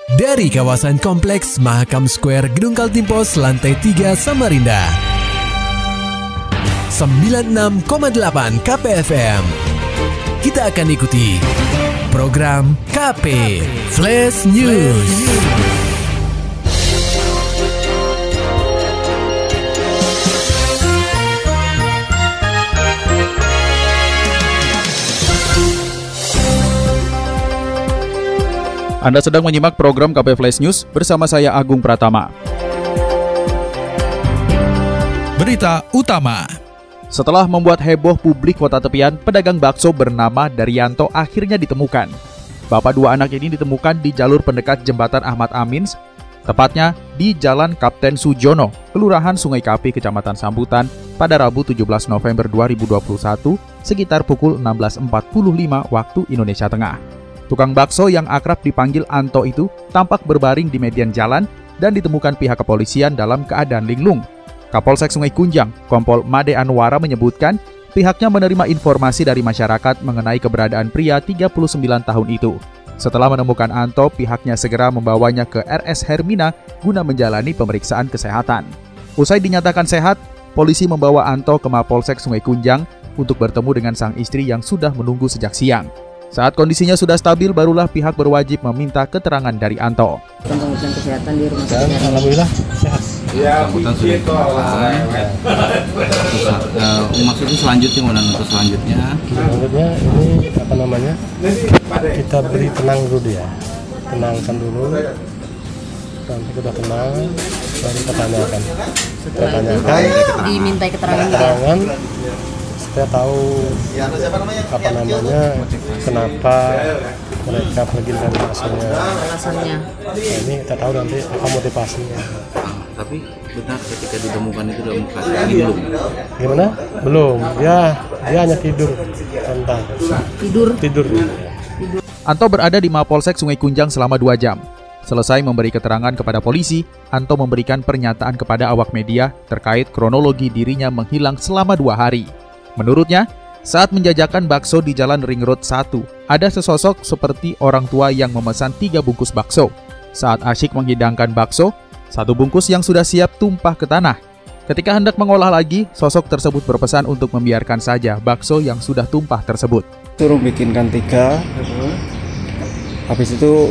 Dari kawasan Kompleks Mahakam Square Gedung Kaltimpos Lantai 3 Samarinda 96,8 KPFM. Kita akan ikuti program KP Flash News. Anda sedang menyimak program KP Flash News bersama saya Agung Pratama. Berita utama. Setelah membuat heboh publik kota tepian, pedagang bakso bernama Daryanto akhirnya ditemukan. Bapak dua anak ini ditemukan di jalur pendekat Jembatan Ahmad Amin, tepatnya di Jalan Kapten Sujono, Kelurahan Sungai Kapi, Kecamatan Sambutan, pada Rabu 17 November 2021, sekitar pukul 16.45 waktu Indonesia Tengah. Tukang bakso yang akrab dipanggil Anto itu tampak berbaring di median jalan dan ditemukan pihak kepolisian dalam keadaan linglung. Kapolsek Sungai Kunjang, Kompol Made Anwara menyebutkan pihaknya menerima informasi dari masyarakat mengenai keberadaan pria 39 tahun itu. Setelah menemukan Anto, pihaknya segera membawanya ke RS Hermina guna menjalani pemeriksaan kesehatan. Usai dinyatakan sehat, polisi membawa Anto ke Mapolsek Sungai Kunjang untuk bertemu dengan sang istri yang sudah menunggu sejak siang. Saat kondisinya sudah stabil, barulah pihak berwajib meminta keterangan dari Anto. Pemeriksaan kesehatan di rumah sakit. Alhamdulillah sehat. Ya, begitu. Maksudnya selanjutnya mana untuk selanjutnya? Selanjutnya ini apa namanya? Kita beri tenang dulu dia. Tenangkan dulu. Nanti kita tenang, baru kita tanyakan. Dimintai keterangan. Supaya tahu apa namanya, kenapa mereka pergi dari alasannya. Nah, ini kita tahu nanti apa motivasinya. Tapi benar ketika ditemukan itu dalam keadaan belum? Gimana? Belum. Dia hanya tidur. Entah. Tidur. Anto berada di Mapolsek Sungai Kunjang selama 2 jam. Selesai memberi keterangan kepada polisi, Anto memberikan pernyataan kepada awak media terkait kronologi dirinya menghilang selama 2 hari. Menurutnya, saat menjajakan bakso di Jalan Ring Road 1, ada sesosok seperti orang tua yang memesan 3 bungkus bakso. Saat asyik menghidangkan bakso, 1 bungkus yang sudah siap tumpah ke tanah. Ketika hendak mengolah lagi, sosok tersebut berpesan untuk membiarkan saja bakso yang sudah tumpah tersebut. Suruh bikinkan 3, habis itu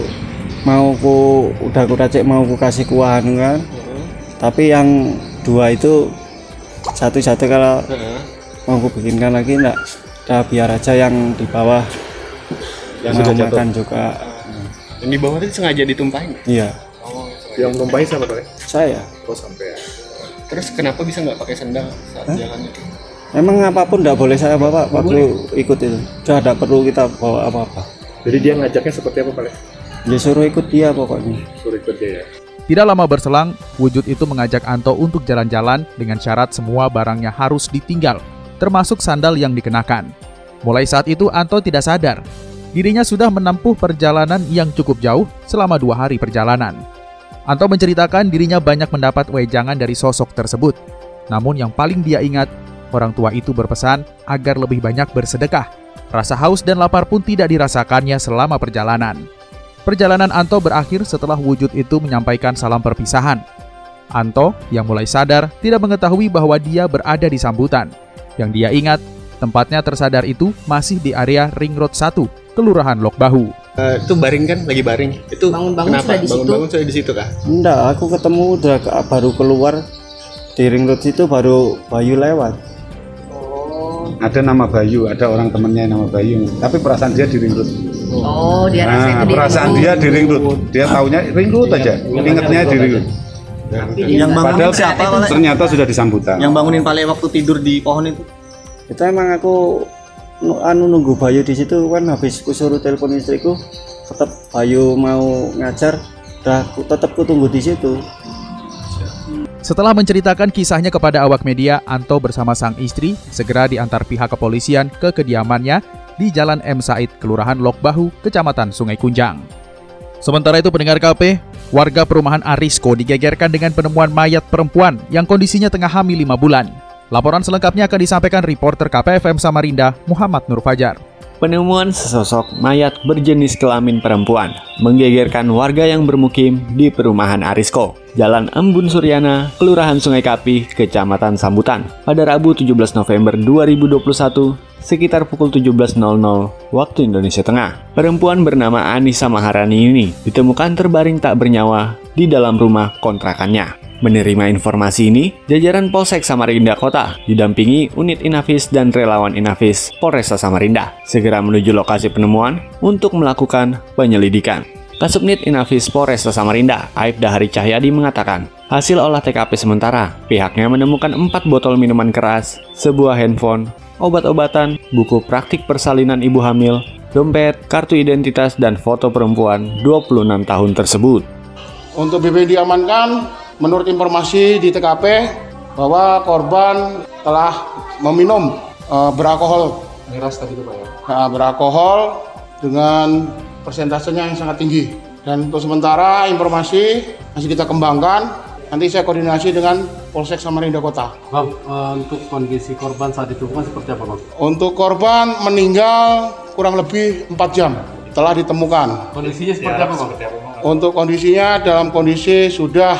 udah aku racik mau aku kasih kuahan kan, tapi yang 2 itu satu kalau mau aku bikinkan lagi enggak, biar aja yang di bawah yang sudah makan juga. Yang di bawah itu sengaja ditumpahin? Iya. Oh, yang numpahin siapa Pak? Saya. Oh, sampai ya. Terus kenapa bisa nggak pakai sendal saat jalan itu? Memang apapun enggak boleh saya bawa waktu ikut itu. Sudah enggak perlu kita bawa apa-apa. Jadi dia ngajaknya seperti apa Pak? Ya suruh ikut dia pokoknya. Suruh ikut dia ya. Tidak lama berselang, wujud itu mengajak Anto untuk jalan-jalan dengan syarat semua barangnya harus ditinggal, termasuk sandal yang dikenakan. Mulai saat itu Anto tidak sadar, dirinya sudah menempuh perjalanan yang cukup jauh selama 2 hari perjalanan. Anto menceritakan dirinya banyak mendapat wejangan dari sosok tersebut. Namun yang paling dia ingat, orang tua itu berpesan agar lebih banyak bersedekah. Rasa haus dan lapar pun tidak dirasakannya selama perjalanan. Perjalanan Anto berakhir setelah wujud itu menyampaikan salam perpisahan. Anto yang mulai sadar tidak mengetahui bahwa dia berada di Sambutan. Yang dia ingat, tempatnya tersadar itu masih di area Ring Road 1, Kelurahan Lok Bahu. Itu baring kan? Lagi baring. Itu bangun-bangun sudah di situ? Bangun-bangun sudah di situ kah? Enggak, aku ketemu udah baru keluar di Ring Road itu, baru Bayu lewat. Ada nama Bayu, ada orang temennya nama Bayu, tapi perasaan dia di Ring Road. Oh, dia rasa itu di perasaan dia di Ring Road. Dia taunya Ring Road aja, ingetnya di Ring Road. Yang bangunin siapa Pak? Ternyata sudah di Sambutan. Yang bangunin Pak waktu tidur di pohon itu? Itu emang aku nunggu Bayu di situ kan, habis ku suruh telepon istriku, tetap Bayu mau ngajar, tetap ku tunggu di situ. Setelah menceritakan kisahnya kepada awak media, Anto bersama sang istri segera diantar pihak kepolisian ke kediamannya di Jalan M. Said, Kelurahan Lok Bahu, Kecamatan Sungai Kunjang. Sementara itu pendengar KP, warga perumahan Arisko digegerkan dengan penemuan mayat perempuan yang kondisinya tengah hamil 5 bulan. Laporan selengkapnya akan disampaikan reporter KPFM Samarinda, Muhammad Nur Fajar. Penemuan sesosok mayat berjenis kelamin perempuan menggegerkan warga yang bermukim di perumahan Arisko, Jalan Embun Suryana, Kelurahan Sungai Kapi, Kecamatan Sambutan, pada Rabu 17 November 2021 sekitar pukul 17.00 waktu Indonesia Tengah. Perempuan bernama Anissa Maharani ini ditemukan terbaring tak bernyawa di dalam rumah kontrakannya. Menerima informasi ini, jajaran Polsek Samarinda Kota didampingi unit Inafis dan relawan Inafis Polresta Samarinda segera menuju lokasi penemuan untuk melakukan penyelidikan. Kasubnit Inafis Polresta Samarinda, Aibda Hari Cahyadi mengatakan, hasil olah TKP sementara, pihaknya menemukan 4 botol minuman keras, sebuah handphone, obat-obatan, buku praktik persalinan ibu hamil, dompet, kartu identitas, dan foto perempuan 26 tahun tersebut. Untuk BB diamankan, menurut informasi di TKP bahwa korban telah meminum beralkohol. Miras tadi itu Pak ya? Beralkohol dengan persentasenya yang sangat tinggi. Dan untuk sementara informasi masih kita kembangkan. Nanti saya koordinasi dengan Polsek Samarinda Kota. Bang, untuk kondisi korban saat ditemukan seperti apa Bang? Untuk korban meninggal kurang lebih 4 jam telah ditemukan. Kondisinya seperti apa Bang? Untuk kondisinya dalam kondisi sudah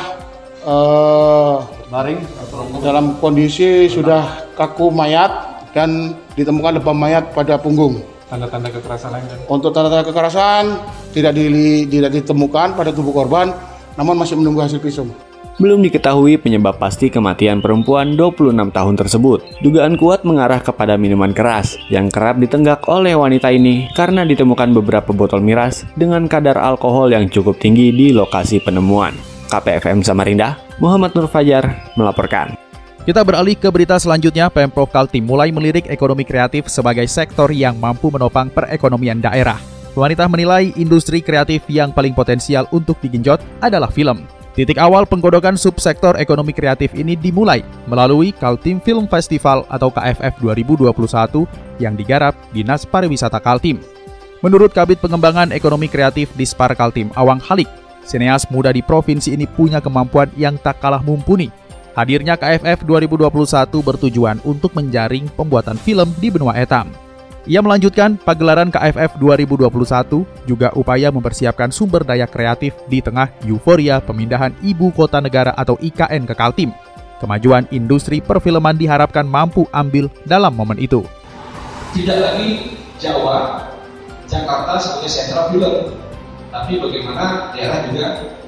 baring, dalam kondisi sudah kaku mayat dan ditemukan lebam mayat pada punggung. Tanda-tanda kekerasan lain kan? Untuk tanda-tanda kekerasan tidak ditemukan pada tubuh korban, namun masih menunggu hasil visum. Belum diketahui penyebab pasti kematian perempuan 26 tahun tersebut. Dugaan kuat mengarah kepada minuman keras yang kerap ditenggak oleh wanita ini karena ditemukan beberapa botol miras dengan kadar alkohol yang cukup tinggi di lokasi penemuan. KPFM Samarinda, Muhammad Nur Fajar melaporkan. Kita beralih ke berita selanjutnya. Pemprov Kaltim mulai melirik ekonomi kreatif sebagai sektor yang mampu menopang perekonomian daerah. Pemerintah menilai industri kreatif yang paling potensial untuk digenjot adalah film. Titik awal penggodokan subsektor ekonomi kreatif ini dimulai melalui Kaltim Film Festival atau KFF 2021 yang digarap Dinas Pariwisata Kaltim. Menurut Kabid Pengembangan Ekonomi Kreatif Dispar Kaltim, Awang Halik, sineas muda di provinsi ini punya kemampuan yang tak kalah mumpuni. Hadirnya KFF 2021 bertujuan untuk menjaring pembuatan film di benua etam. Ia melanjutkan, pagelaran KFF 2021 juga upaya mempersiapkan sumber daya kreatif di tengah euforia pemindahan Ibu Kota Negara atau IKN ke Kaltim. Kemajuan industri perfilman diharapkan mampu ambil dalam momen itu. Tidak lagi Jawa, Jakarta sebagai sentra film, tapi bagaimana daerah juga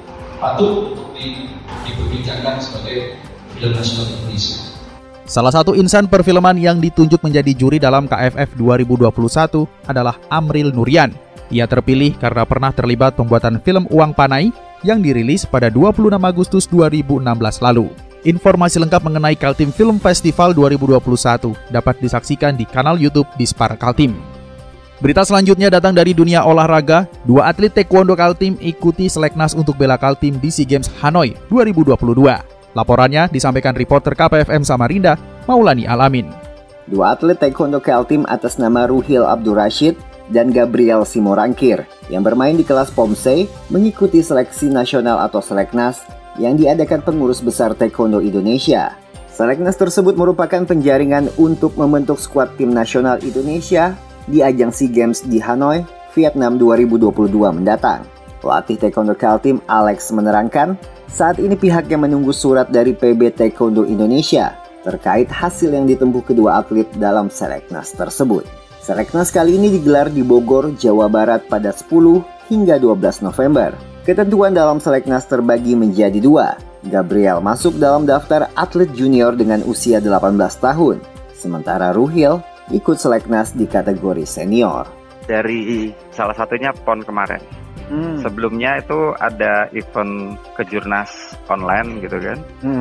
patut untuk diperbincangkan sebagai film nasional Indonesia. Salah satu insan perfilman yang ditunjuk menjadi juri dalam KFF 2021 adalah Amril Nurian. Ia terpilih karena pernah terlibat pembuatan film Uang Panai yang dirilis pada 26 Agustus 2016 lalu. Informasi lengkap mengenai Kaltim Film Festival 2021 dapat disaksikan di kanal YouTube Dispar Kaltim. Berita selanjutnya datang dari dunia olahraga. 2 atlet taekwondo Kaltim ikuti seleknas untuk bela Kaltim di SEA Games Hanoi 2022. Laporannya disampaikan reporter KPFM Samarinda, Maulani Alamin. 2 atlet taekwondo Kaltim atas nama Ruhil Abdul Rashid dan Gabriel Simorangkir yang bermain di kelas Pomse mengikuti seleksi nasional atau seleknas yang diadakan pengurus besar taekwondo Indonesia. Seleknas tersebut merupakan penjaringan untuk membentuk skuad tim nasional Indonesia di ajang SEA Games di Hanoi, Vietnam 2022 mendatang. Pelatih taekwondo Kaltim Alex menerangkan, saat ini pihaknya menunggu surat dari PB Taekwondo Indonesia terkait hasil yang ditempuh kedua atlet dalam seleknas tersebut. Seleknas kali ini digelar di Bogor, Jawa Barat pada 10 hingga 12 November. Ketentuan dalam seleknas terbagi menjadi 2. Gabriel masuk dalam daftar atlet junior dengan usia 18 tahun, sementara Ruhil ikut seleknas di kategori senior. Dari salah satunya PON kemarin. Sebelumnya itu ada event kejurnas online gitu kan,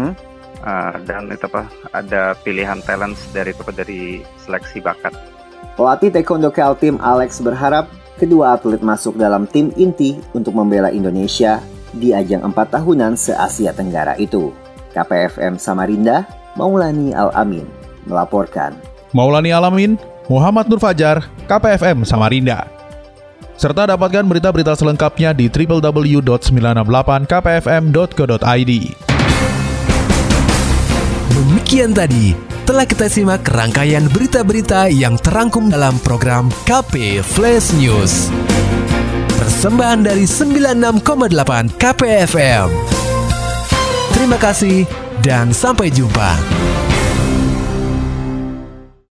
dan itu ada pilihan talent dari seleksi bakat. Pelatih taekwondo Kaltim Alex berharap kedua atlet masuk dalam tim inti untuk membela Indonesia di ajang 4 tahunan se-Asia Tenggara itu. KPFM Samarinda, Maulani Alamin melaporkan. Maulani Alamin, Muhammad Nur Fajar, KPFM Samarinda. Serta dapatkan berita-berita selengkapnya di www.968kpfm.co.id. Demikian tadi telah kita simak rangkaian berita-berita yang terangkum dalam program KP Flash News. Persembahan dari 96,8 KPFM. Terima kasih dan sampai jumpa.